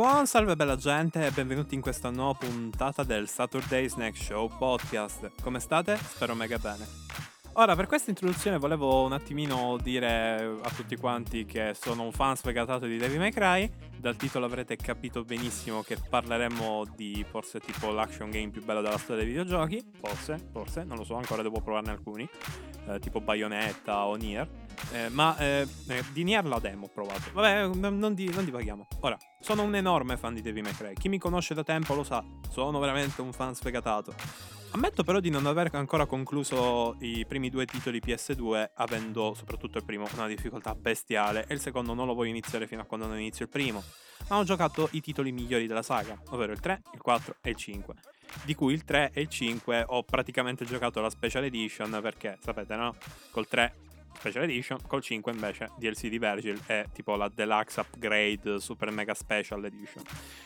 Buon salve bella gente e benvenuti in questa nuova puntata del Saturday Snack Show podcast. Come state? Spero mega bene. Ora, per questa introduzione volevo un attimino dire a tutti quanti che sono un fan sfegatato di Devil May Cry. Dal titolo avrete capito benissimo che parleremo di forse tipo l'action game più bello della storia dei videogiochi. Forse, non lo so, ancora devo provarne alcuni. Tipo Bayonetta o Nier. Ma di Nier la demo ho provato. Vabbè, non divaghiamo. Ora, sono un enorme fan di Devil May Cry. Chi mi conosce da tempo lo sa, sono veramente un fan sfegatato. Ammetto però di non aver ancora concluso i primi due titoli PS2, avendo soprattutto il primo una difficoltà bestiale e il secondo non lo voglio iniziare fino a quando non inizio il primo. Ma ho giocato i titoli migliori della saga, ovvero il 3, il 4 e il 5. Di cui il 3 e il 5 ho praticamente giocato la Special Edition perché, sapete no? Col 3 Special Edition, col 5 invece DLC di Virgil è tipo la Deluxe Upgrade Super Mega Special Edition.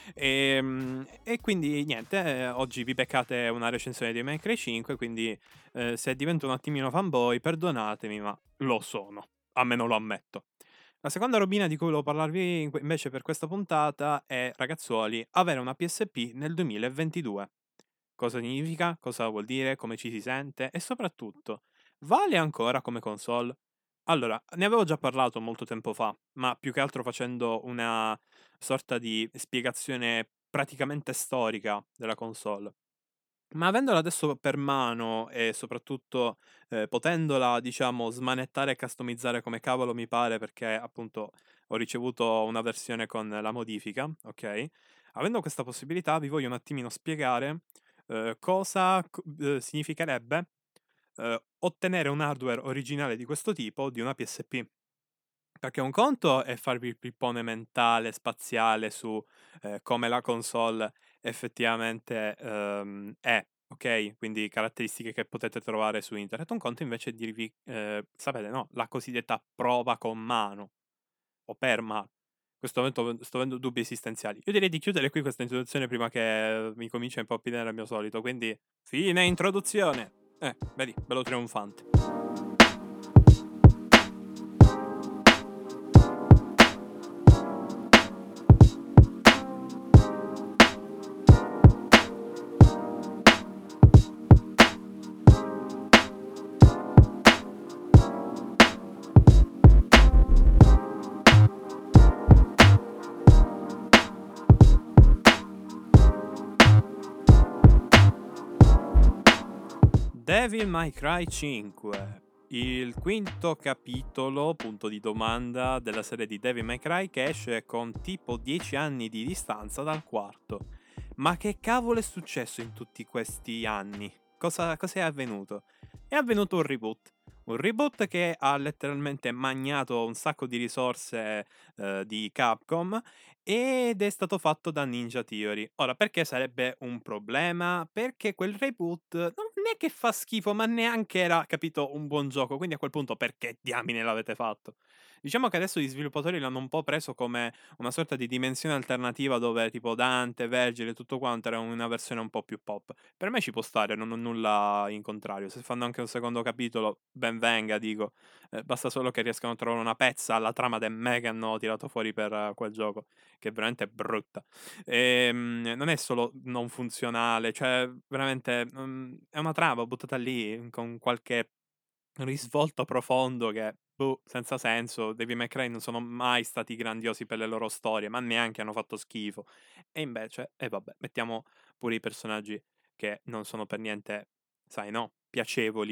E quindi niente, oggi vi beccate una recensione di Minecraft 5, quindi se divento un attimino fanboy perdonatemi, ma lo sono, almeno lo ammetto. La seconda robina di cui volevo parlarvi invece per questa puntata è, ragazzuoli, avere una PSP nel 2022. Cosa significa? Cosa vuol dire? Come ci si sente? E soprattutto, vale ancora come console? Allora, ne avevo già parlato molto tempo fa, ma più che altro facendo una sorta di spiegazione praticamente storica della console. Ma avendola adesso per mano e soprattutto potendola, diciamo, smanettare e customizzare come cavolo mi pare, perché appunto ho ricevuto una versione con la modifica, ok? Avendo questa possibilità, vi voglio un attimino spiegare cosa significherebbe ottenere un hardware originale di questo tipo di una PSP. Perché un conto è farvi il pippone mentale, spaziale su come la console effettivamente è, ok? Quindi caratteristiche che potete trovare su internet. Un conto invece è dirvi, sapete, no? La cosiddetta prova con mano o per mano. In questo momento sto avendo dubbi esistenziali. Io direi di chiudere qui questa introduzione prima che mi cominci a impappinare al mio solito. Quindi, fine introduzione! Vedi, bello trionfante. Devil May Cry 5, il quinto capitolo, punto di domanda, della serie di Devil May Cry che esce con tipo 10 anni di distanza dal quarto. Ma che cavolo è successo in tutti questi anni? Cosa è avvenuto? È avvenuto un reboot. Un reboot che ha letteralmente magnato un sacco di risorse di Capcom ed è stato fatto da Ninja Theory. Ora, perché sarebbe un problema? Perché quel reboot non è che fa schifo, ma neanche era, capito, un buon gioco. Quindi a quel punto perché diamine l'avete fatto? Diciamo che adesso gli sviluppatori l'hanno un po' preso come una sorta di dimensione alternativa dove tipo Dante, Vergile e tutto quanto era una versione un po' più pop. Per me ci può stare, non ho nulla in contrario. Se fanno anche un secondo capitolo, ben venga, dico. Basta solo che riescano a trovare una pezza alla trama del me che hanno tirato fuori per quel gioco, che è veramente brutta. Non è solo non funzionale, cioè veramente è una trama buttata lì con qualche risvolto profondo che, boh, senza senso. Devil May Cry non sono mai stati grandiosi per le loro storie, ma neanche hanno fatto schifo. E invece, e vabbè, mettiamo pure i personaggi che non sono per niente, sai, no, piacevoli.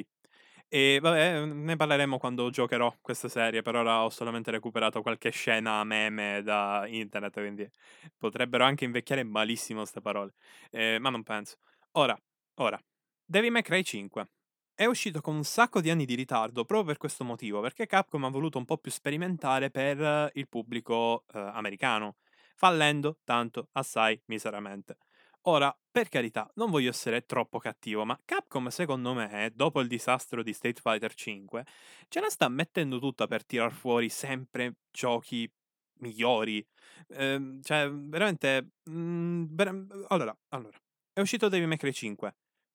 E vabbè, ne parleremo quando giocherò questa serie. Per ora ho solamente recuperato qualche scena meme da internet, quindi potrebbero anche invecchiare malissimo queste parole. Ma non penso. Ora, ora, Devil May Cry 5. È uscito con un sacco di anni di ritardo proprio per questo motivo, perché Capcom ha voluto un po' più sperimentare per il pubblico americano, fallendo tanto, assai, miseramente. Ora, per carità, non voglio essere troppo cattivo, ma Capcom, secondo me, dopo il disastro di Street Fighter 5, ce la sta mettendo tutta per tirar fuori sempre giochi migliori. Cioè, veramente. Allora, è uscito Devil May Cry 5.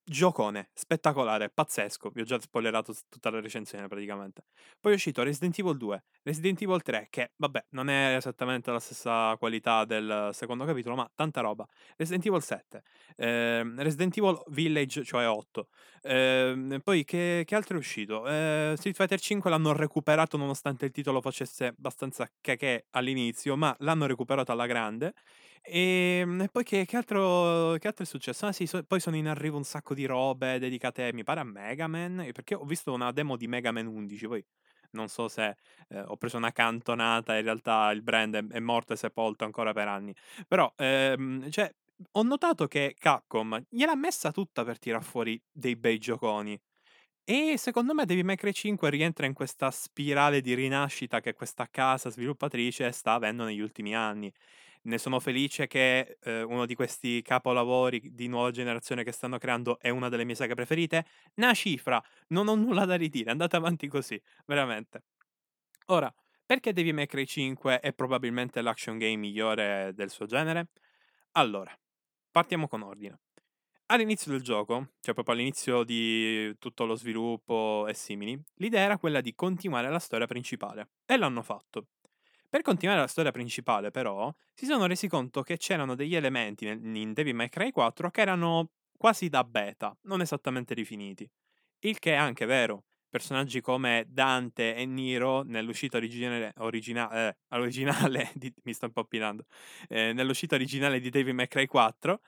Giocone, spettacolare, pazzesco. Vi ho già spoilerato tutta la recensione praticamente. Poi è uscito Resident Evil 2, Resident Evil 3, che vabbè, non è esattamente la stessa qualità del secondo capitolo, ma tanta roba. Resident Evil 7, Resident Evil Village, cioè 8. Poi che altro è uscito? Street Fighter 5 l'hanno recuperato nonostante il titolo facesse abbastanza cacché all'inizio, ma l'hanno recuperato alla grande. E poi che altro è successo? Ah sì, poi sono in arrivo un sacco di robe dedicate, mi pare, a Mega Man, perché ho visto una demo di Mega Man 11, poi non so se ho preso una cantonata, in realtà il brand è morto e sepolto ancora per anni. Però, cioè, ho notato che Capcom gliel'ha messa tutta per tirar fuori dei bei gioconi. E secondo me Devil May Cry 5 rientra in questa spirale di rinascita che questa casa sviluppatrice sta avendo negli ultimi anni. Ne sono felice che uno di questi capolavori di nuova generazione che stanno creando è una delle mie saghe preferite. Una cifra, non ho nulla da ridire, andate avanti così, veramente. Ora, perché Devil May Cry 5 è probabilmente l'action game migliore del suo genere? Allora, partiamo con ordine. All'inizio del gioco, cioè proprio all'inizio di tutto lo sviluppo e simili, l'idea era quella di continuare la storia principale e l'hanno fatto. Per continuare la storia principale, però, si sono resi conto che c'erano degli elementi in Devil May Cry 4 che erano quasi da beta, non esattamente rifiniti. Il che è anche vero. Personaggi come Dante e Nero nell'uscita originale mi sto impappinando. Nell'uscita originale di Devil May Cry 4,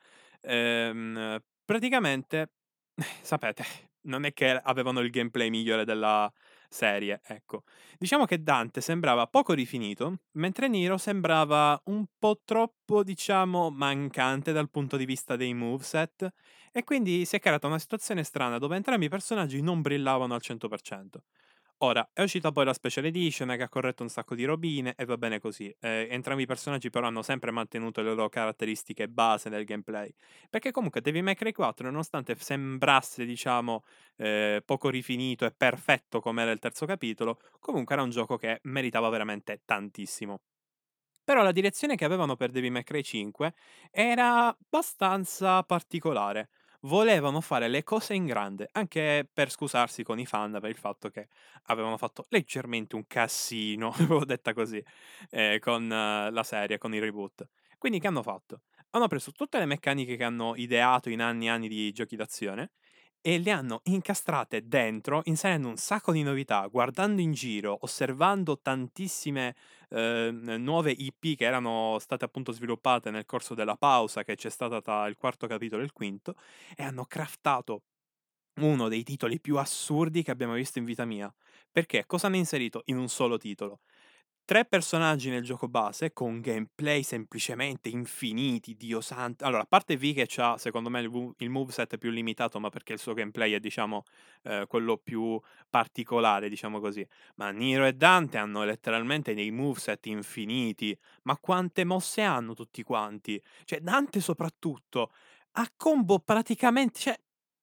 praticamente, sapete, non è che avevano il gameplay migliore della serie, ecco. Diciamo che Dante sembrava poco rifinito, mentre Nero sembrava un po' troppo, diciamo, mancante dal punto di vista dei moveset, e quindi si è creata una situazione strana dove entrambi i personaggi non brillavano al 100%. Ora, è uscita poi la Special Edition che ha corretto un sacco di robine e va bene così. Entrambi i personaggi però hanno sempre mantenuto le loro caratteristiche base nel gameplay. Perché comunque Devil May Cry 4, nonostante sembrasse, diciamo, poco rifinito e perfetto come era il terzo capitolo, comunque era un gioco che meritava veramente tantissimo. Però la direzione che avevano per Devil May Cry 5 era abbastanza particolare. Volevano fare le cose in grande, anche per scusarsi con i fan per il fatto che avevano fatto leggermente un cassino, avevo detta così, con la serie, con il reboot. Quindi che hanno fatto? Hanno preso tutte le meccaniche che hanno ideato in anni e anni di giochi d'azione e le hanno incastrate dentro, inserendo un sacco di novità, guardando in giro, osservando tantissime nuove IP che erano state appunto sviluppate nel corso della pausa che c'è stata tra il quarto capitolo e il quinto, e hanno craftato uno dei titoli più assurdi che abbiamo visto in vita mia. Perché cosa hanno inserito in un solo titolo? 3 personaggi nel gioco base con gameplay semplicemente infiniti, Dio santo. Allora, a parte V che c'ha secondo me il moveset più limitato, ma perché il suo gameplay è diciamo, quello più particolare, diciamo così. Ma Nero e Dante hanno letteralmente dei moveset infiniti. Ma quante mosse hanno tutti quanti? Cioè, Dante soprattutto ha combo praticamente, cioè,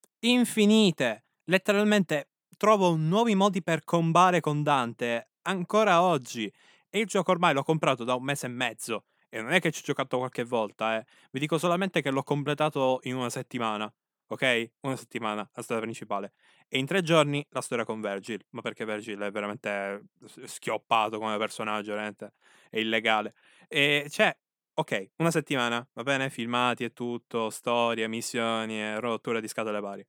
infinite. Letteralmente trovo nuovi modi per combare con Dante ancora oggi. E il gioco ormai l'ho comprato da 1 mese e mezzo. E non è che ci ho giocato qualche volta, eh. Vi dico solamente che l'ho completato in 1 settimana. Ok? 1 settimana, la storia principale. E in 3 giorni la storia con Virgil. Ma perché Virgil è veramente schioppato come personaggio, veramente. È illegale. E cioè, ok, 1 settimana, va bene? Filmati e tutto, storie, missioni e rotture di scatole varie.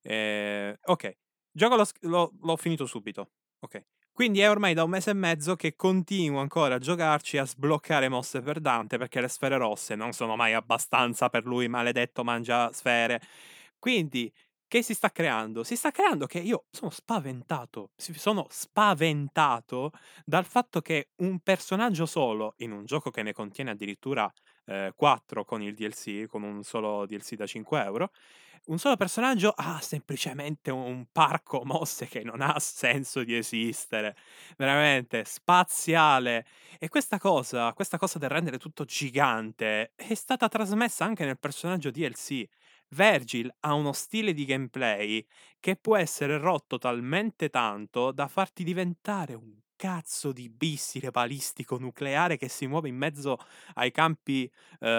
Ok, gioco l'ho finito subito. Ok. Quindi è ormai da 1 mese e mezzo che continuo ancora a giocarci e a sbloccare mosse per Dante perché le sfere rosse non sono mai abbastanza per lui, maledetto mangia sfere. Quindi, che si sta creando? Si sta creando che io sono spaventato, sono spaventato dal fatto che un personaggio solo, in un gioco che ne contiene addirittura 4 con il DLC, con un solo DLC da 5 €, un solo personaggio ha semplicemente un parco mosse che non ha senso di esistere, veramente spaziale. E questa cosa del rendere tutto gigante è stata trasmessa anche nel personaggio DLC. Vergil ha uno stile di gameplay che può essere rotto talmente tanto da farti diventare un cazzo di missile balistico nucleare che si muove in mezzo ai campi,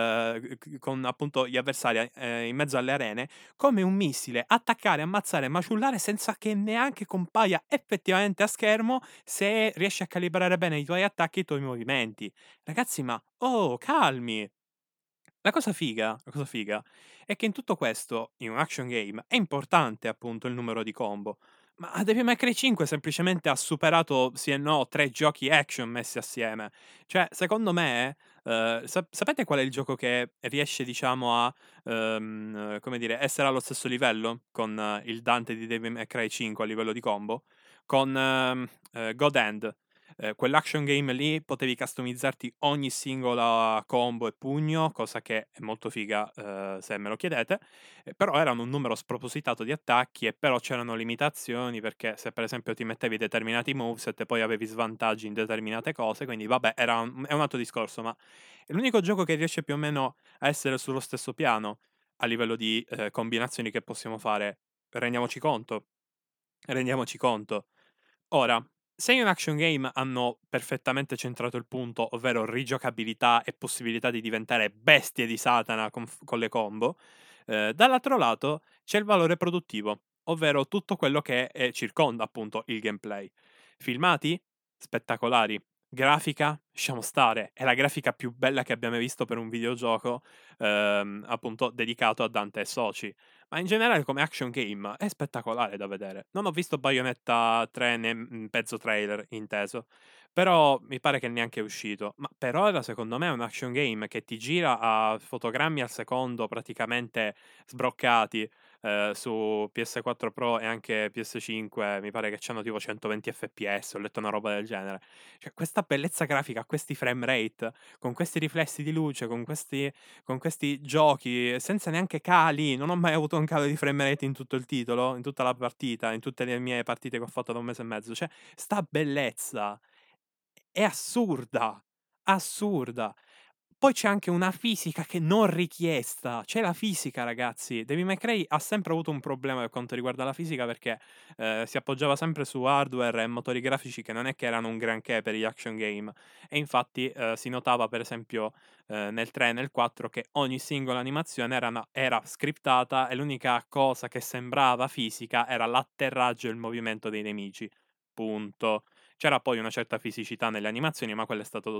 con appunto gli avversari, in mezzo alle arene, come un missile, attaccare, ammazzare, maciullare senza che neanche compaia effettivamente a schermo se riesci a calibrare bene i tuoi attacchi e i tuoi movimenti. Ragazzi, ma oh, calmi! La cosa figa è che in tutto questo, in un action game, è importante appunto il numero di combo, ma Devil May Cry 5 semplicemente ha superato, sì e no, 3 giochi action messi assieme. Cioè, secondo me, sapete qual è il gioco che riesce, diciamo, a, come dire, essere allo stesso livello con il Dante di Devil May Cry 5 a livello di combo? Con God Hand. Quell'action game lì potevi customizzarti ogni singola combo e pugno, cosa che è molto figa, se me lo chiedete, però erano un numero spropositato di attacchi e però c'erano limitazioni perché se per esempio ti mettevi determinati moveset poi avevi svantaggi in determinate cose, quindi vabbè è un altro discorso, ma è l'unico gioco che riesce più o meno a essere sullo stesso piano a livello di combinazioni che possiamo fare. Rendiamoci conto. Rendiamoci conto. Ora, se in un action game hanno perfettamente centrato il punto, ovvero rigiocabilità e possibilità di diventare bestie di Satana con le combo, dall'altro lato c'è il valore produttivo, ovvero tutto quello che circonda appunto il gameplay. Filmati? Spettacolari. Grafica? Lasciamo stare, è la grafica più bella che abbiamo mai visto per un videogioco, appunto dedicato a Dante e Soci. Ma in generale come action game è spettacolare da vedere. Non ho visto Bayonetta 3 né mezzo trailer inteso, però mi pare che neanche è uscito. Ma per ora secondo me è un action game che ti gira a fotogrammi al secondo praticamente sbroccati su PS4 Pro e anche PS5, mi pare che c'hanno tipo 120 fps, ho letto una roba del genere. Cioè questa bellezza grafica, questi frame rate, con questi riflessi di luce, con questi giochi senza neanche cali. Non ho mai avuto un calo di frame rate in tutto il titolo, in tutta la partita, in tutte le mie partite che ho fatto da un mese e mezzo. Cioè, sta bellezza è assurda, assurda. Poi c'è anche una fisica che non richiesta. C'è la fisica, ragazzi. Devil May Cry ha sempre avuto un problema per quanto riguarda la fisica perché si appoggiava sempre su hardware e motori grafici che non è che erano un granché per gli action game. E infatti si notava, per esempio, nel 3 e nel 4 che ogni singola animazione era scriptata e l'unica cosa che sembrava fisica era l'atterraggio e il movimento dei nemici. Punto. C'era poi una certa fisicità nelle animazioni, ma quella è stata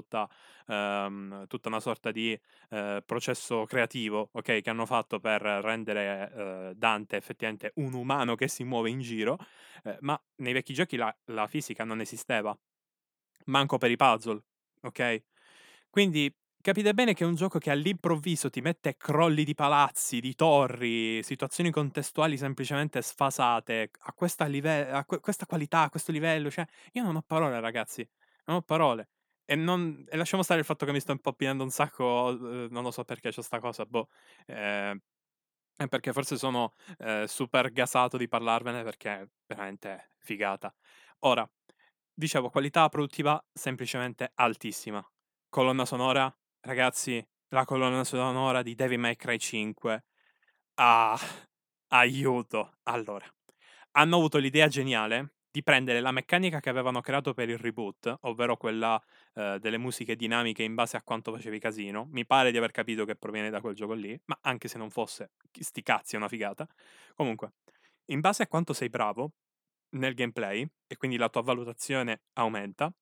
tutta una sorta di processo creativo, ok, che hanno fatto per rendere Dante effettivamente un umano che si muove in giro, ma nei vecchi giochi la fisica non esisteva, manco per i puzzle, ok? Quindi capite bene che è un gioco che all'improvviso ti mette crolli di palazzi, di torri, situazioni contestuali semplicemente sfasate a questa qualità, a questo livello, cioè io non ho parole ragazzi, non ho parole. E lasciamo stare il fatto che mi sto impappinando un sacco, non lo so perché c'ho sta cosa, boh, ehm, è perché forse sono, super gasato di parlarvene perché è veramente figata. Ora, dicevo qualità produttiva semplicemente altissima. Colonna sonora, ragazzi, la colonna sonora di Devil May Cry 5. Ah, aiuto. Allora, hanno avuto l'idea geniale di prendere la meccanica che avevano creato per il reboot, ovvero quella, delle musiche dinamiche in base a quanto facevi casino. Mi pare di aver capito che proviene da quel gioco lì, ma anche se non fosse, sti cazzi, è una figata. Comunque, in base a quanto sei bravo nel gameplay, e quindi la tua valutazione aumenta,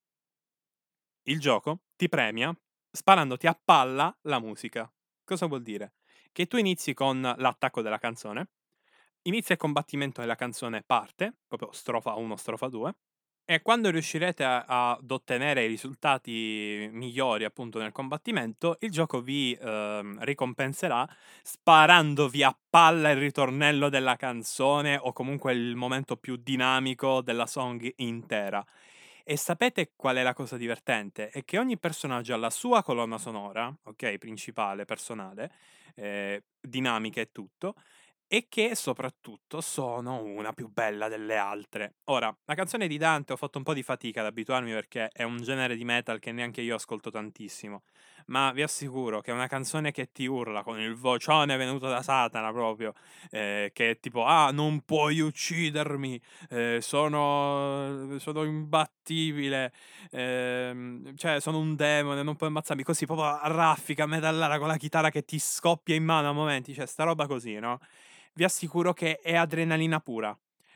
il gioco ti premia sparandoti a palla la musica. Cosa vuol dire? Che tu inizi con l'attacco della canzone, inizia il combattimento e la canzone parte, proprio strofa 1, strofa 2, e quando riuscirete ad ottenere i risultati migliori appunto nel combattimento, il gioco vi ricompenserà sparandovi a palla il ritornello della canzone o comunque il momento più dinamico della song intera. E sapete qual è la cosa divertente? È che ogni personaggio ha la sua colonna sonora, ok, principale, personale, dinamica e tutto, e che soprattutto sono una più bella delle altre. Ora, la canzone di Dante ho fatto un po' di fatica ad abituarmi perché è un genere di metal che neanche io ascolto tantissimo, ma vi assicuro che è una canzone che ti urla con il vocione venuto da Satana proprio, che è tipo: "Ah, non puoi uccidermi, sono imbattibile, cioè sono un demone, non puoi ammazzarmi", così proprio a raffica metallara con la chitarra che ti scoppia in mano a momenti, cioè sta roba così, no, vi assicuro che è adrenalina pura.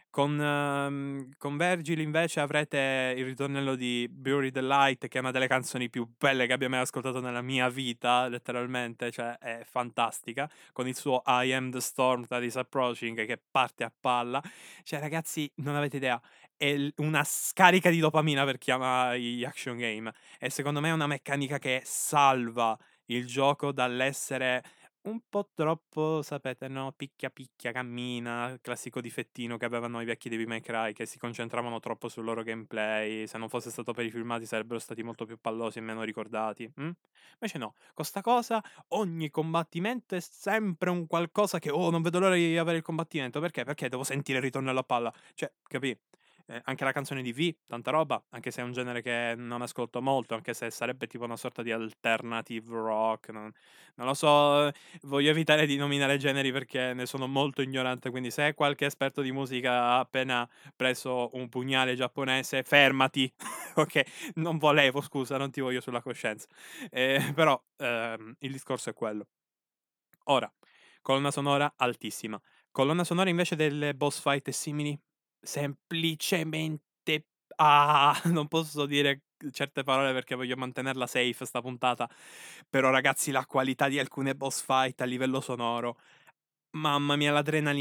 Con Vergil invece avrete il ritornello di Buried the Light, che è una delle canzoni più belle che abbia mai ascoltato nella mia vita, letteralmente, cioè è fantastica, con il suo I am the storm that is approaching che parte a palla. Cioè ragazzi, non avete idea, è una scarica di dopamina per chi ama gli action game e secondo me è una meccanica che salva il gioco dall'essere un po' troppo, sapete, no, picchia picchia, cammina, classico difettino che avevano i vecchi Devil May Cry, che si concentravano troppo sul loro gameplay, se non fosse stato per i filmati sarebbero stati molto più pallosi e meno ricordati. Invece no, con sta cosa ogni combattimento è sempre un qualcosa che, oh, non vedo l'ora di avere il combattimento, perché? Perché devo sentire il ritorno alla palla, cioè, capì? Anche la canzone di V, tanta roba, anche se è un genere che non ascolto molto, anche se sarebbe tipo una sorta di alternative rock, non lo so, voglio evitare di nominare generi perché ne sono molto ignorante, quindi se qualche esperto di musica ha appena preso un pugnale giapponese, fermati, ok? Non volevo, scusa, non ti voglio sulla coscienza. Però il discorso è quello. Ora, colonna sonora altissima. Colonna sonora invece delle boss fight e simili, semplicemente non posso dire certe parole perché voglio mantenerla safe sta puntata, però ragazzi la qualità di alcune boss fight a livello sonoro, mamma mia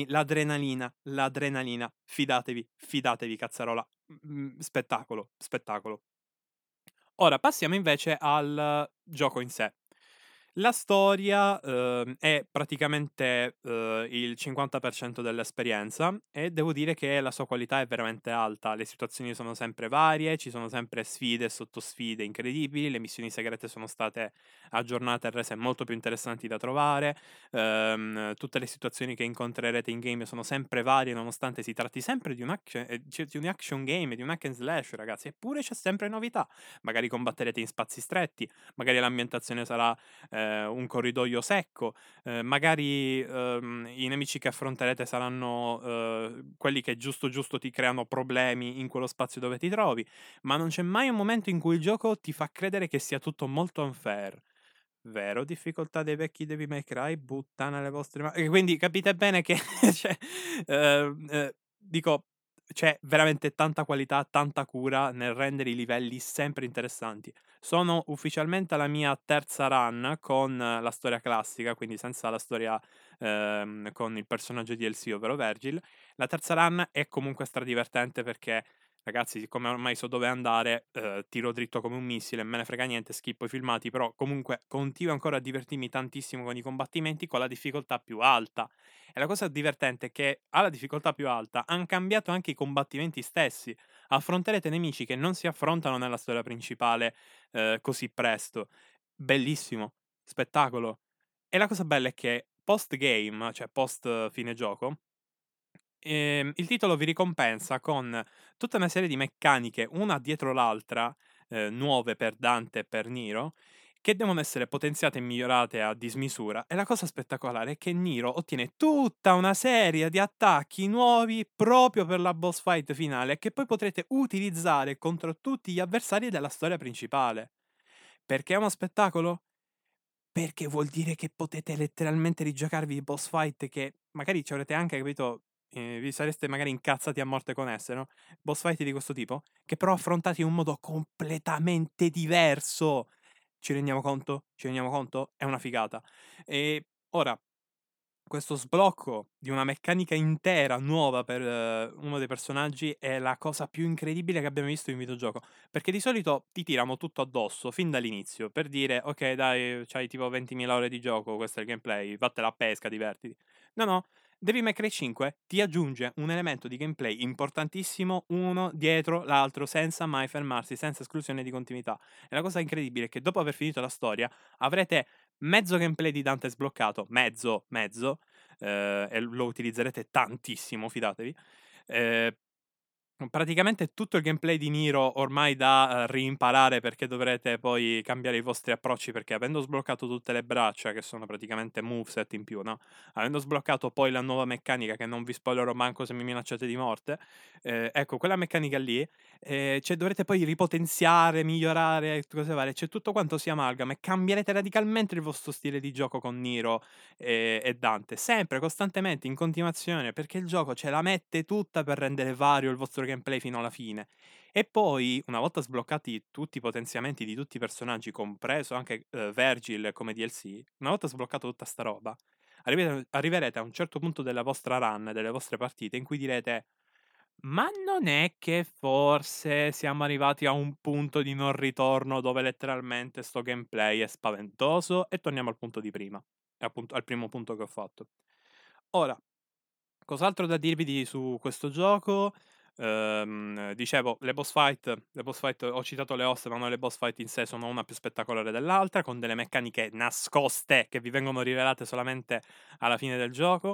l'adrenalina, fidatevi, fidatevi cazzarola, spettacolo, spettacolo. Ora passiamo invece al gioco in sé. La storia, è praticamente, il 50% dell'esperienza e devo dire che la sua qualità è veramente alta. Le situazioni sono sempre varie, ci sono sempre sfide e sottosfide incredibili, le missioni segrete sono state aggiornate e rese molto più interessanti da trovare, tutte le situazioni che incontrerete in game sono sempre varie nonostante si tratti sempre di un action game, di un hack and slash ragazzi, eppure c'è sempre novità. Magari combatterete in spazi stretti, magari l'ambientazione sarà un corridoio secco, magari, i nemici che affronterete saranno, quelli che giusto giusto ti creano problemi in quello spazio dove ti trovi, ma non c'è mai un momento in cui il gioco ti fa credere che sia tutto molto unfair. Vero, difficoltà dei vecchi Devil May Cry, buttane alle vostre e quindi capite bene che cioè, dico, c'è veramente tanta qualità, tanta cura nel rendere i livelli sempre interessanti. Sono ufficialmente alla mia terza run con la storia classica, quindi senza la storia, con il personaggio DLC, ovvero Vergil. La terza run è comunque stradivertente perché ragazzi, siccome ormai so dove andare, tiro dritto come un missile, me ne frega niente, schippo i filmati, però comunque continuo ancora a divertirmi tantissimo con i combattimenti con la difficoltà più alta. E la cosa divertente è che alla difficoltà più alta han cambiato anche i combattimenti stessi. Affronterete nemici che non si affrontano nella storia principale, così presto. Bellissimo, spettacolo. E la cosa bella è che post game, cioè post fine gioco, il titolo vi ricompensa con tutta una serie di meccaniche, una dietro l'altra, nuove per Dante e per Niro, che devono essere potenziate e migliorate a dismisura. E la cosa spettacolare è che Niro ottiene tutta una serie di attacchi nuovi proprio per la boss fight finale, che poi potrete utilizzare contro tutti gli avversari della storia principale. Perché è uno spettacolo? Perché vuol dire che potete letteralmente rigiocarvi i boss fight che magari ci avrete anche, capito, vi sareste magari incazzati a morte con esse, no, boss fight di questo tipo, che però affrontati in un modo completamente diverso. Ci rendiamo conto? Ci rendiamo conto? È una figata. Ora questo sblocco di una meccanica intera nuova per uno dei personaggi è la cosa più incredibile che abbiamo visto in videogioco, perché di solito ti tirano tutto addosso fin dall'inizio per dire: "Okay dai, c'hai tipo 20.000 ore di gioco, questo è il gameplay, vattene a pesca, divertiti". No, no, Devil May Cry 5 ti aggiunge un elemento di gameplay importantissimo uno dietro l'altro senza mai fermarsi, senza esclusione di continuità. E la cosa incredibile è che dopo aver finito la storia avrete mezzo gameplay di Dante sbloccato, mezzo, mezzo, e lo utilizzerete tantissimo, fidatevi. Ehm praticamente tutto il gameplay di Nier ormai da, reimparare perché dovrete poi cambiare i vostri approcci, perché avendo sbloccato tutte le braccia, che sono praticamente moveset in più, no, avendo sbloccato poi la nuova meccanica che non vi spoilerò manco se mi minacciate di morte, ecco quella meccanica lì, cioè dovrete poi ripotenziare, migliorare e cose varie, cioè tutto quanto si amalgama e cambierete radicalmente il vostro stile di gioco con Nier e Dante, sempre, costantemente, in continuazione, perché il gioco ce la mette tutta per rendere vario il vostro gameplay fino alla fine. E poi, una volta sbloccati tutti i potenziamenti di tutti i personaggi, compreso anche Vergil come DLC, una volta sbloccato tutta sta roba, arriverete a un certo punto della vostra run, delle vostre partite, in cui direte: ma non è che forse siamo arrivati a un punto di non ritorno dove letteralmente sto gameplay è spaventoso? E torniamo al punto di prima, appunto al primo punto che ho fatto. Ora, cos'altro da dirvi su questo gioco? Dicevo, le boss fight ho citato le host, ma non le boss fight in sé sono una più spettacolare dell'altra, con delle meccaniche nascoste che vi vengono rivelate solamente alla fine del gioco.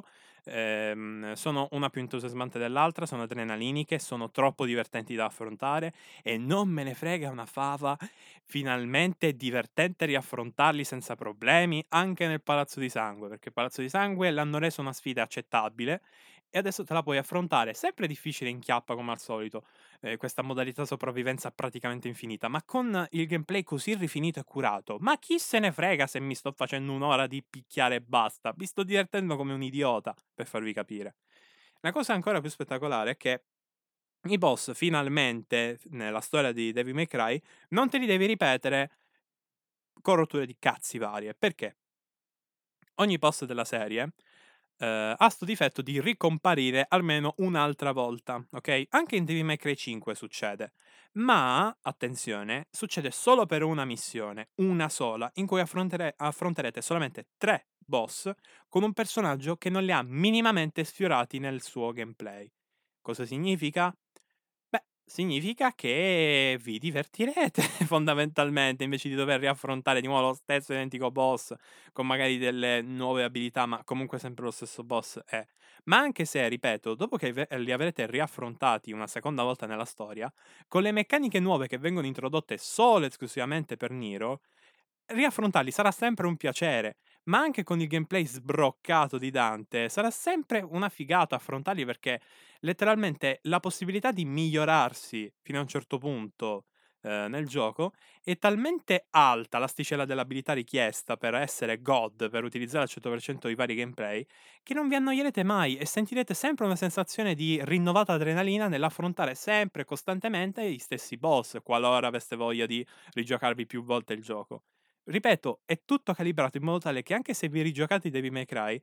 Sono una più entusiasmante dell'altra, sono adrenaliniche, sono troppo divertenti da affrontare e non me ne frega una fava. Finalmente è divertente riaffrontarli senza problemi anche nel Palazzo di Sangue, perché il Palazzo di Sangue l'hanno reso una sfida accettabile e adesso te la puoi affrontare. Sempre difficile in chiappa come al solito, questa modalità sopravvivenza praticamente infinita, ma con il gameplay così rifinito e curato, ma chi se ne frega se mi sto facendo un'ora di picchiare e basta, mi sto divertendo come un idiota, per farvi capire. La cosa ancora più spettacolare è che i boss finalmente, nella storia di Devil May Cry, non te li devi ripetere con rotture di cazzi varie. Perché? Ogni boss della serie, ha 'sto difetto di ricomparire almeno un'altra volta, okay, anche in Devil May Cry 5 succede, ma, attenzione, succede solo per una missione, una sola, in cui affronterete solamente 3 boss con un personaggio che non li ha minimamente sfiorati nel suo gameplay. Cosa significa? Beh, significa che vi divertirete fondamentalmente, invece di dover riaffrontare di nuovo lo stesso identico boss con magari delle nuove abilità, ma comunque sempre lo stesso boss è. Ma anche se, ripeto, dopo che li avrete riaffrontati una seconda volta nella storia, con le meccaniche nuove che vengono introdotte solo e esclusivamente per Niro, riaffrontarli sarà sempre un piacere, ma anche con il gameplay sbroccato di Dante sarà sempre una figata affrontarli, perché letteralmente la possibilità di migliorarsi fino a un certo punto, nel gioco è talmente alta l'asticella dell'abilità richiesta per essere God, per utilizzare al 100% i vari gameplay, che non vi annoierete mai e sentirete sempre una sensazione di rinnovata adrenalina nell'affrontare sempre e costantemente gli stessi boss, qualora aveste voglia di rigiocarvi più volte il gioco. Ripeto, è tutto calibrato in modo tale che anche se vi rigiocate i Devil May Cry,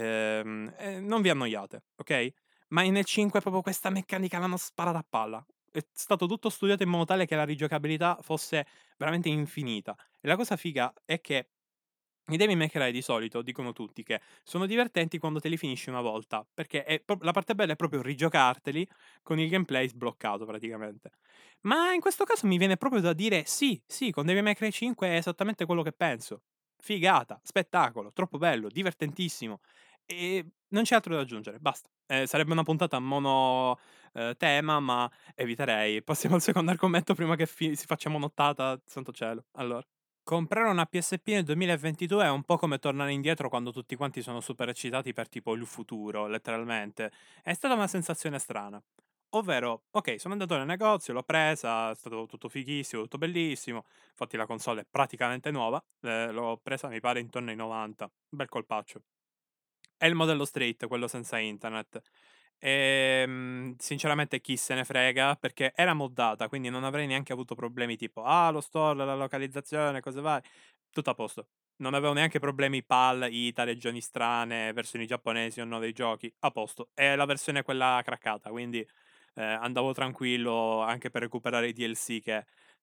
non vi annoiate, okay, ma nel 5 proprio questa meccanica l'hanno sparata a palla. È stato tutto studiato in modo tale che la rigiocabilità fosse veramente infinita. E la cosa figa è che i Devil May Cry di solito, dicono tutti, che sono divertenti quando te li finisci una volta, perché la parte bella è proprio rigiocarteli con il gameplay sbloccato praticamente. Ma in questo caso mi viene proprio da dire sì, sì, con Devil May Cry 5 è esattamente quello che penso. Figata, spettacolo, troppo bello, divertentissimo. E non c'è altro da aggiungere, basta. Sarebbe una puntata mono tema, ma eviterei. Passiamo al secondo argomento prima che si faccia monottata, santo cielo. Allora. Comprare una PSP nel 2022 è un po' come tornare indietro quando tutti quanti sono super eccitati per tipo il futuro, letteralmente. È stata una sensazione strana. Ovvero, ok, sono andato nel negozio, l'ho presa, è stato tutto fighissimo, tutto bellissimo. Infatti la console è praticamente nuova, l'ho presa mi pare intorno ai 90, bel colpaccio. È il modello Street, quello senza internet. Sinceramente chi se ne frega, perché era moddata, quindi non avrei neanche avuto problemi tipo: "Ah, lo store, la localizzazione, cose varie". Tutto a posto. Non avevo neanche problemi PAL, ITA, regioni strane, versioni giapponesi o no dei giochi, a posto. È la versione quella craccata, quindi, andavo tranquillo anche per recuperare i DLC che,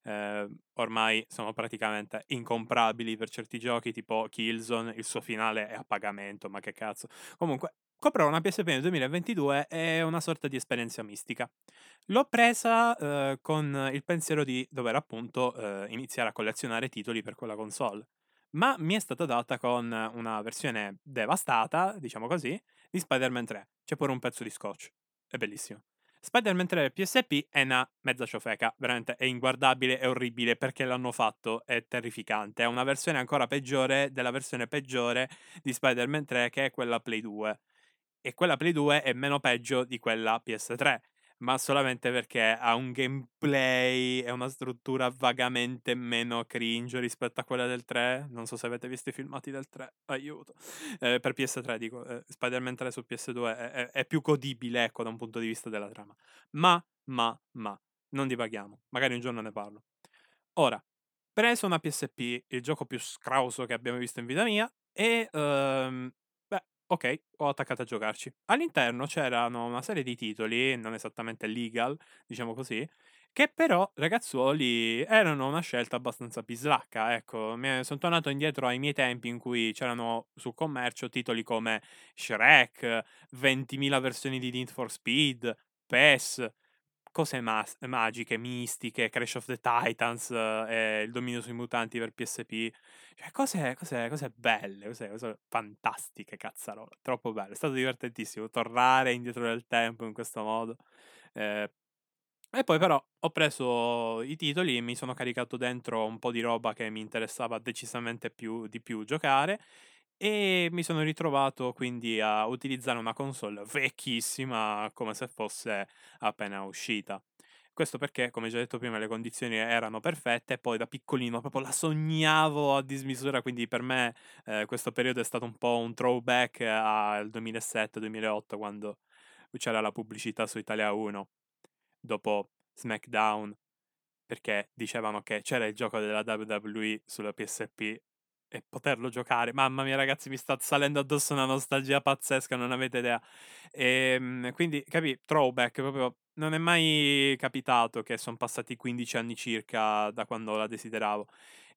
ormai sono praticamente incomprabili per certi giochi, tipo Killzone, il suo finale è a pagamento, ma che cazzo. Comunque, comprare una PSP nel 2022 è una sorta di esperienza mistica. L'ho presa, con il pensiero di dover appunto, iniziare a collezionare titoli per quella console, ma mi è stata data con una versione devastata, diciamo così, di Spider-Man 3. C'è pure un pezzo di scotch. È bellissimo. Spider-Man 3 per PSP è una mezza ciofeca, veramente è inguardabile, è orribile perché l'hanno fatto, è terrificante. È una versione ancora peggiore della versione peggiore di Spider-Man 3 che è quella Play 2. E quella Play 2 è meno peggio di quella PS3, ma solamente perché ha un gameplay e una struttura vagamente meno cringe rispetto a quella del 3. Non so se avete visto i filmati del 3, aiuto. Per PS3 dico, Spider-Man 3 su PS2 è più godibile, ecco, da un punto di vista della trama. Ma, non divaghiamo, magari un giorno ne parlo. Ora, preso una PSP, il gioco più scrauso che abbiamo visto in vita mia, e beh, ok, ho attaccato a giocarci. All'interno c'erano una serie di titoli, non esattamente legal, diciamo così, che però, ragazzuoli, erano una scelta abbastanza bislacca. Ecco, sono tornato indietro ai miei tempi in cui c'erano sul commercio titoli come Shrek, 20.000 versioni di Need for Speed, PES, cose magiche, mistiche, Crash of the Titans, e il dominio sui mutanti per PSP. Cioè, cose belle, cose fantastiche, cazzarole. Troppo bello. È stato divertentissimo tornare indietro nel tempo in questo modo. Eh, e poi però ho preso i titoli e mi sono caricato dentro un po' di roba che mi interessava decisamente di più giocare e mi sono ritrovato quindi a utilizzare una console vecchissima come se fosse appena uscita. Questo perché, come già detto prima, le condizioni erano perfette e poi da piccolino proprio la sognavo a dismisura, quindi per me questo periodo è stato un po' un throwback al 2007-2008 quando c'era la pubblicità su Italia 1 dopo SmackDown, perché dicevano che c'era il gioco della WWE sulla PSP e poterlo giocare. Mamma mia, ragazzi, mi sta salendo addosso una nostalgia pazzesca, non avete idea. Quindi, capì, throwback, proprio non è mai capitato che sono passati 15 anni circa da quando la desideravo.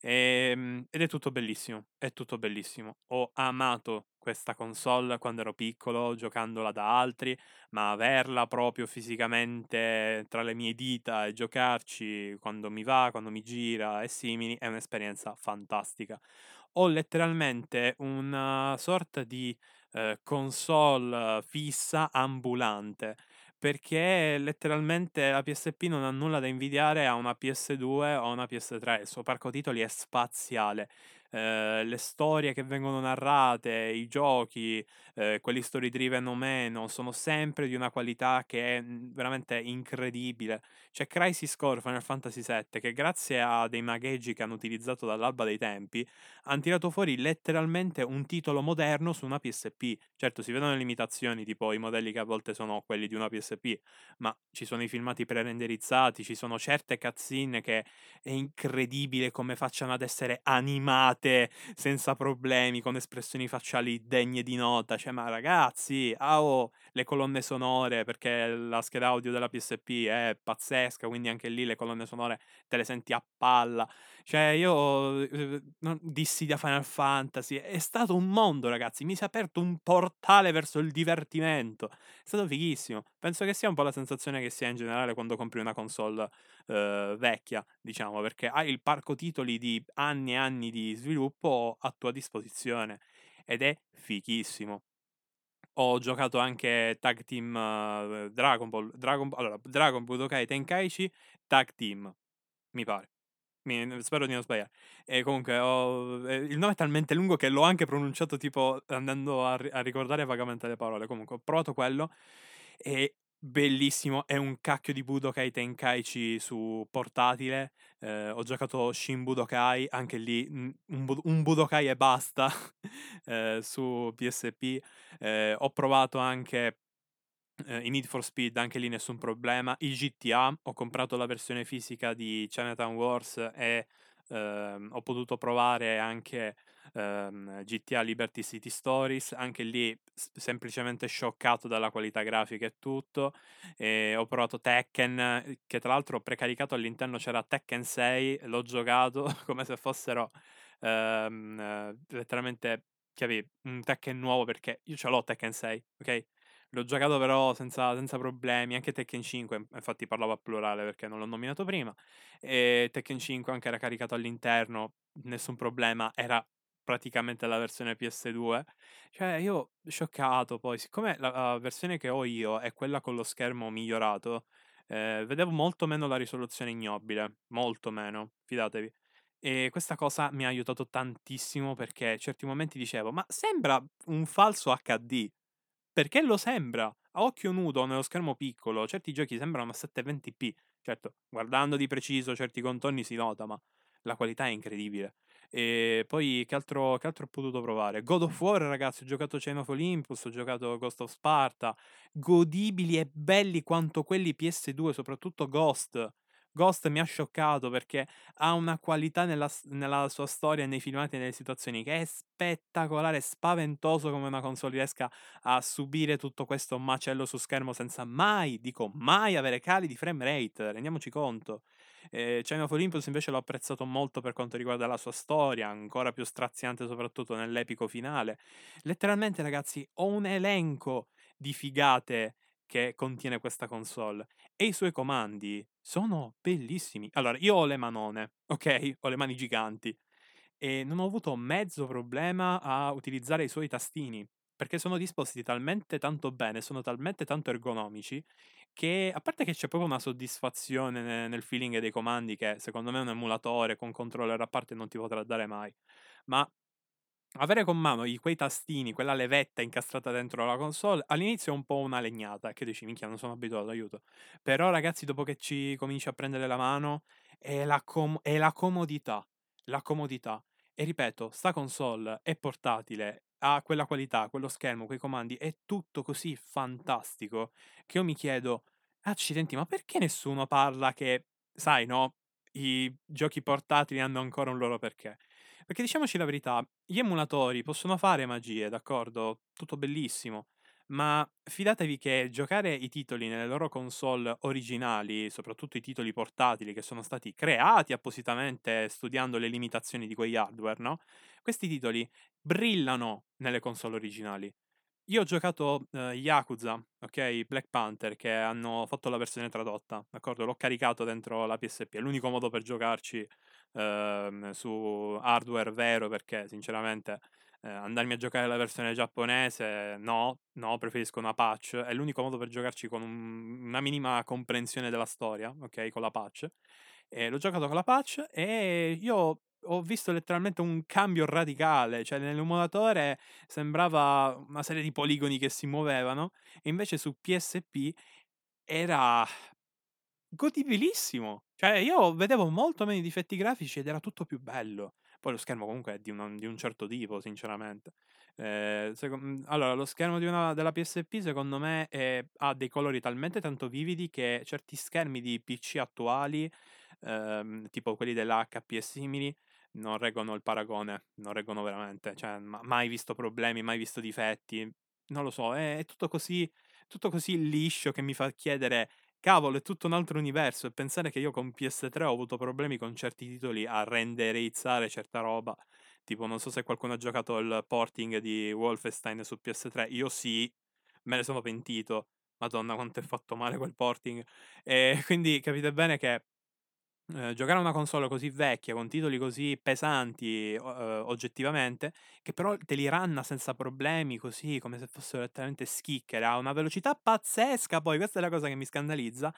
Ed è tutto bellissimo, è tutto bellissimo. Ho amato questa console quando ero piccolo, giocandola da altri, ma averla proprio fisicamente tra le mie dita e giocarci quando mi va, quando mi gira e simili, è un'esperienza fantastica. Ho letteralmente una sorta di console fissa ambulante, perché letteralmente la PSP non ha nulla da invidiare a una PS2 o a una PS3, il suo parco titoli è spaziale. Le storie che vengono narrate, i giochi, quelli story driven o meno, sono sempre di una qualità che è veramente incredibile. C'è Crisis Core Final Fantasy VII che grazie a dei magheggi che hanno utilizzato dall'alba dei tempi han tirato fuori letteralmente un titolo moderno su una PSP. Certo, si vedono le limitazioni, tipo i modelli che a volte sono quelli di una PSP, ma ci sono i filmati pre-renderizzati, ci sono certe cutscene che è incredibile come facciano ad essere animate senza problemi, con espressioni facciali degne di nota. Cioè, ma ragazzi, oh, le colonne sonore, perché la scheda audio della PSP è pazzesca, quindi anche lì le colonne sonore te le senti a palla. Cioè, io dissi da Final Fantasy, è stato un mondo, ragazzi. Mi si è aperto un portale verso il divertimento. È stato fighissimo. Penso che sia un po' la sensazione che si ha in generale quando compri una console vecchia, diciamo, perché hai il parco titoli di anni e anni di sviluppo a tua disposizione ed è fighissimo. Ho giocato anche Tag Team Dragon Ball, allora, Dragon Budokai Tenkaichi Tag Team, mi pare. Spero di non sbagliare. E comunque il nome è talmente lungo che l'ho anche pronunciato tipo andando a ricordare vagamente le parole. Comunque ho provato quello. È bellissimo. È un cacchio di Budokai Tenkaichi su portatile. Ho giocato Shin Budokai, anche lì un Budokai e basta su PSP. Ho provato anche i Need for Speed, anche lì nessun problema. I GTA, ho comprato la versione fisica di Chinatown Wars e ho potuto provare anche GTA Liberty City Stories, anche lì semplicemente scioccato dalla qualità grafica e tutto. E ho provato Tekken, che tra l'altro precaricato all'interno c'era Tekken 6, l'ho giocato come se fossero letteralmente, chiavi, un Tekken nuovo perché io ce l'ho Tekken 6, ok? L'ho giocato però senza problemi, anche Tekken 5, infatti parlavo a plurale perché non l'ho nominato prima, e Tekken 5 anche era caricato all'interno, nessun problema, era praticamente la versione PS2. Cioè, io scioccato poi, siccome la versione che ho io è quella con lo schermo migliorato, vedevo molto meno la risoluzione ignobile, molto meno, fidatevi. E questa cosa mi ha aiutato tantissimo perché certi momenti dicevo: "Ma sembra un falso HD". Perché lo sembra. A occhio nudo, nello schermo piccolo, certi giochi sembrano a 720p. Certo, guardando di preciso certi contorni si nota, ma la qualità è incredibile. E poi che altro ho potuto provare? God of War, ragazzi, ho giocato Chain of Olympus, ho giocato Ghost of Sparta, godibili e belli quanto quelli PS2, soprattutto Ghost. Ghost mi ha scioccato perché ha una qualità nella sua storia, nei filmati e nelle situazioni che è spettacolare, spaventoso come una console riesca a subire tutto questo macello su schermo senza mai, dico mai, avere cali di frame rate, rendiamoci conto. Chain of Olympus invece l'ho apprezzato molto per quanto riguarda la sua storia, ancora più straziante soprattutto nell'epico finale. Letteralmente, ragazzi, ho un elenco di figate che contiene questa console e i suoi comandi sono bellissimi. Allora, io ho le manone, ok? Ho le mani giganti e non ho avuto mezzo problema a utilizzare i suoi tastini, perché sono disposti talmente tanto bene, sono talmente tanto ergonomici, che a parte che c'è proprio una soddisfazione nel feeling dei comandi che secondo me un emulatore con controller a parte non ti potrà dare mai, ma avere con mano quei tastini, quella levetta incastrata dentro la console, all'inizio è un po' una legnata, che dici, minchia, non sono abituato, aiuto. Però, ragazzi, dopo che ci cominci a prendere la mano, è la comodità. La comodità. E ripeto, sta console è portatile, ha quella qualità, quello schermo, quei comandi, è tutto così fantastico che io mi chiedo, accidenti, ma perché nessuno parla che, sai, no? I giochi portatili hanno ancora un loro perché. Perché diciamoci la verità, gli emulatori possono fare magie, d'accordo? Tutto bellissimo. Ma fidatevi che giocare i titoli nelle loro console originali, soprattutto i titoli portatili che sono stati creati appositamente studiando le limitazioni di quegli hardware, no? Questi titoli brillano nelle console originali. Io ho giocato, Yakuza, okay, Black Panther, che hanno fatto la versione tradotta, d'accordo? L'ho caricato dentro la PSP, è l'unico modo per giocarci, su hardware vero, perché sinceramente, andarmi a giocare la versione giapponese no, no, preferisco una patch. È l'unico modo per giocarci con una minima comprensione della storia, okay, con la patch. L'ho giocato con la patch e io ho visto letteralmente un cambio radicale, cioè nell'emulatore sembrava una serie di poligoni che si muovevano, e invece su PSP era godibilissimo. Cioè io vedevo molto meno i difetti grafici ed era tutto più bello. Poi lo schermo comunque è di un certo tipo, sinceramente. Allora, lo schermo della PSP secondo me ha dei colori talmente tanto vividi che certi schermi di PC attuali, tipo quelli dell'HP e simili, non reggono il paragone, non reggono veramente. Cioè, mai visto problemi, mai visto difetti. Non lo so, è tutto così liscio che mi fa chiedere: cavolo, è tutto un altro universo, e pensare che io con PS3 ho avuto problemi con certi titoli a renderizzare certa roba. Tipo, non so se qualcuno ha giocato il porting di Wolfenstein su PS3. Io sì, me ne sono pentito. Madonna, quanto è fatto male quel porting. E quindi capite bene che giocare a una console così vecchia, con titoli così pesanti, oggettivamente, che però te li ranna senza problemi, così, come se fossero letteralmente schicche, a una velocità pazzesca poi, questa è la cosa che mi scandalizza,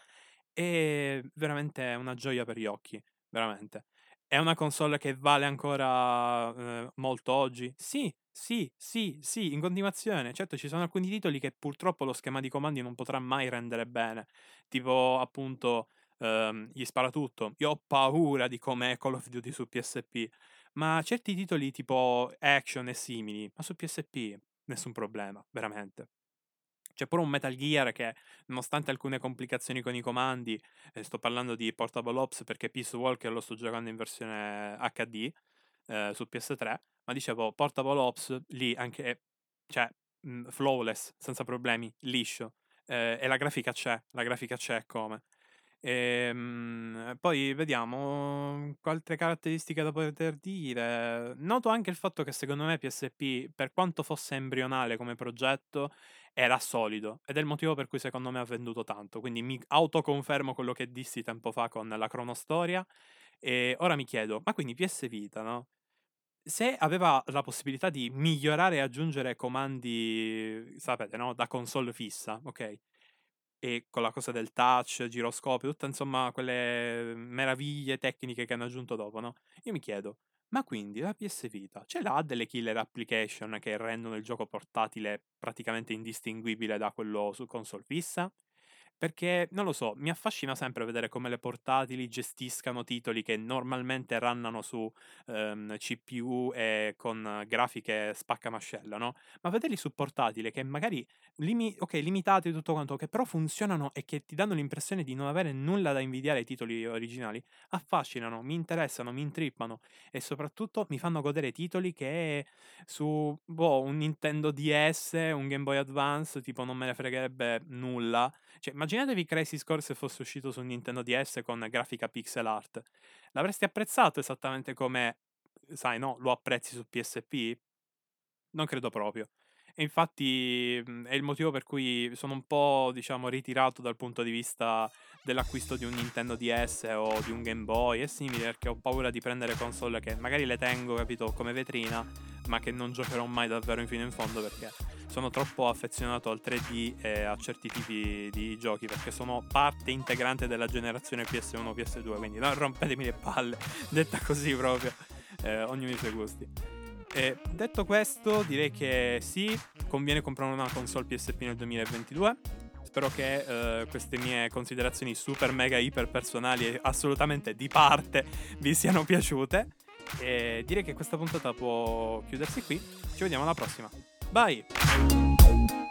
è veramente una gioia per gli occhi, veramente. È una console che vale ancora, molto oggi? Sì, sì, sì, sì, in continuazione. Certo, ci sono alcuni titoli che purtroppo lo schema di comandi non potrà mai rendere bene, tipo appunto gli sparatutto. Io ho paura di com'è Call of Duty su PSP, ma certi titoli tipo action e simili, ma su PSP nessun problema, veramente. C'è pure un Metal Gear che, nonostante alcune complicazioni con i comandi, sto parlando di Portable Ops perché Peace Walker lo sto giocando in versione HD, su PS3, ma dicevo Portable Ops lì anche, cioè, flawless, senza problemi, liscio. E la grafica c'è come. Poi vediamo altre caratteristiche da poter dire. Noto anche il fatto che secondo me PSP, per quanto fosse embrionale come progetto, era solido ed è il motivo per cui secondo me ha venduto tanto. Quindi mi autoconfermo quello che dissi tempo fa con la cronostoria e ora mi chiedo, ma quindi PS Vita, no? se aveva la possibilità di migliorare e aggiungere comandi, sapete, no? Da console fissa, ok? E con la cosa del touch, giroscopio, tutte insomma quelle meraviglie tecniche che hanno aggiunto dopo, no? Io mi chiedo, ma quindi la PS Vita ce l'ha delle killer application che rendono il gioco portatile praticamente indistinguibile da quello su console fissa? Perché, non lo so, mi affascina sempre vedere come le portatili gestiscano titoli che normalmente runnano su CPU e con grafiche spaccamascella, no? Ma vederli su portatile che magari ok, limitati e tutto quanto, che però funzionano e che ti danno l'impressione di non avere nulla da invidiare ai titoli originali, affascinano, mi interessano, mi intrippano e soprattutto mi fanno godere titoli che su un Nintendo DS, un Game Boy Advance, tipo non me ne fregherebbe nulla. Cioè, immaginatevi Crisis Core se fosse uscito su Nintendo DS con grafica pixel art. L'avresti apprezzato esattamente come, sai, no, lo apprezzi su PSP? Non credo proprio. E infatti è il motivo per cui sono un po', diciamo, ritirato dal punto di vista dell'acquisto di un Nintendo DS o di un Game Boy e simili, perché ho paura di prendere console che magari le tengo, capito, come vetrina, ma che non giocherò mai davvero fino in fondo perché sono troppo affezionato al 3D e a certi tipi di giochi, perché sono parte integrante della generazione PS1 PS2, quindi non rompetemi le palle, detta così proprio, ognuno i suoi gusti. E detto questo, direi che sì, conviene comprare una console PSP nel 2022. Spero che queste mie considerazioni super mega iper personali e assolutamente di parte vi siano piaciute. E direi che questa puntata può chiudersi qui. Ci vediamo alla prossima. Bye!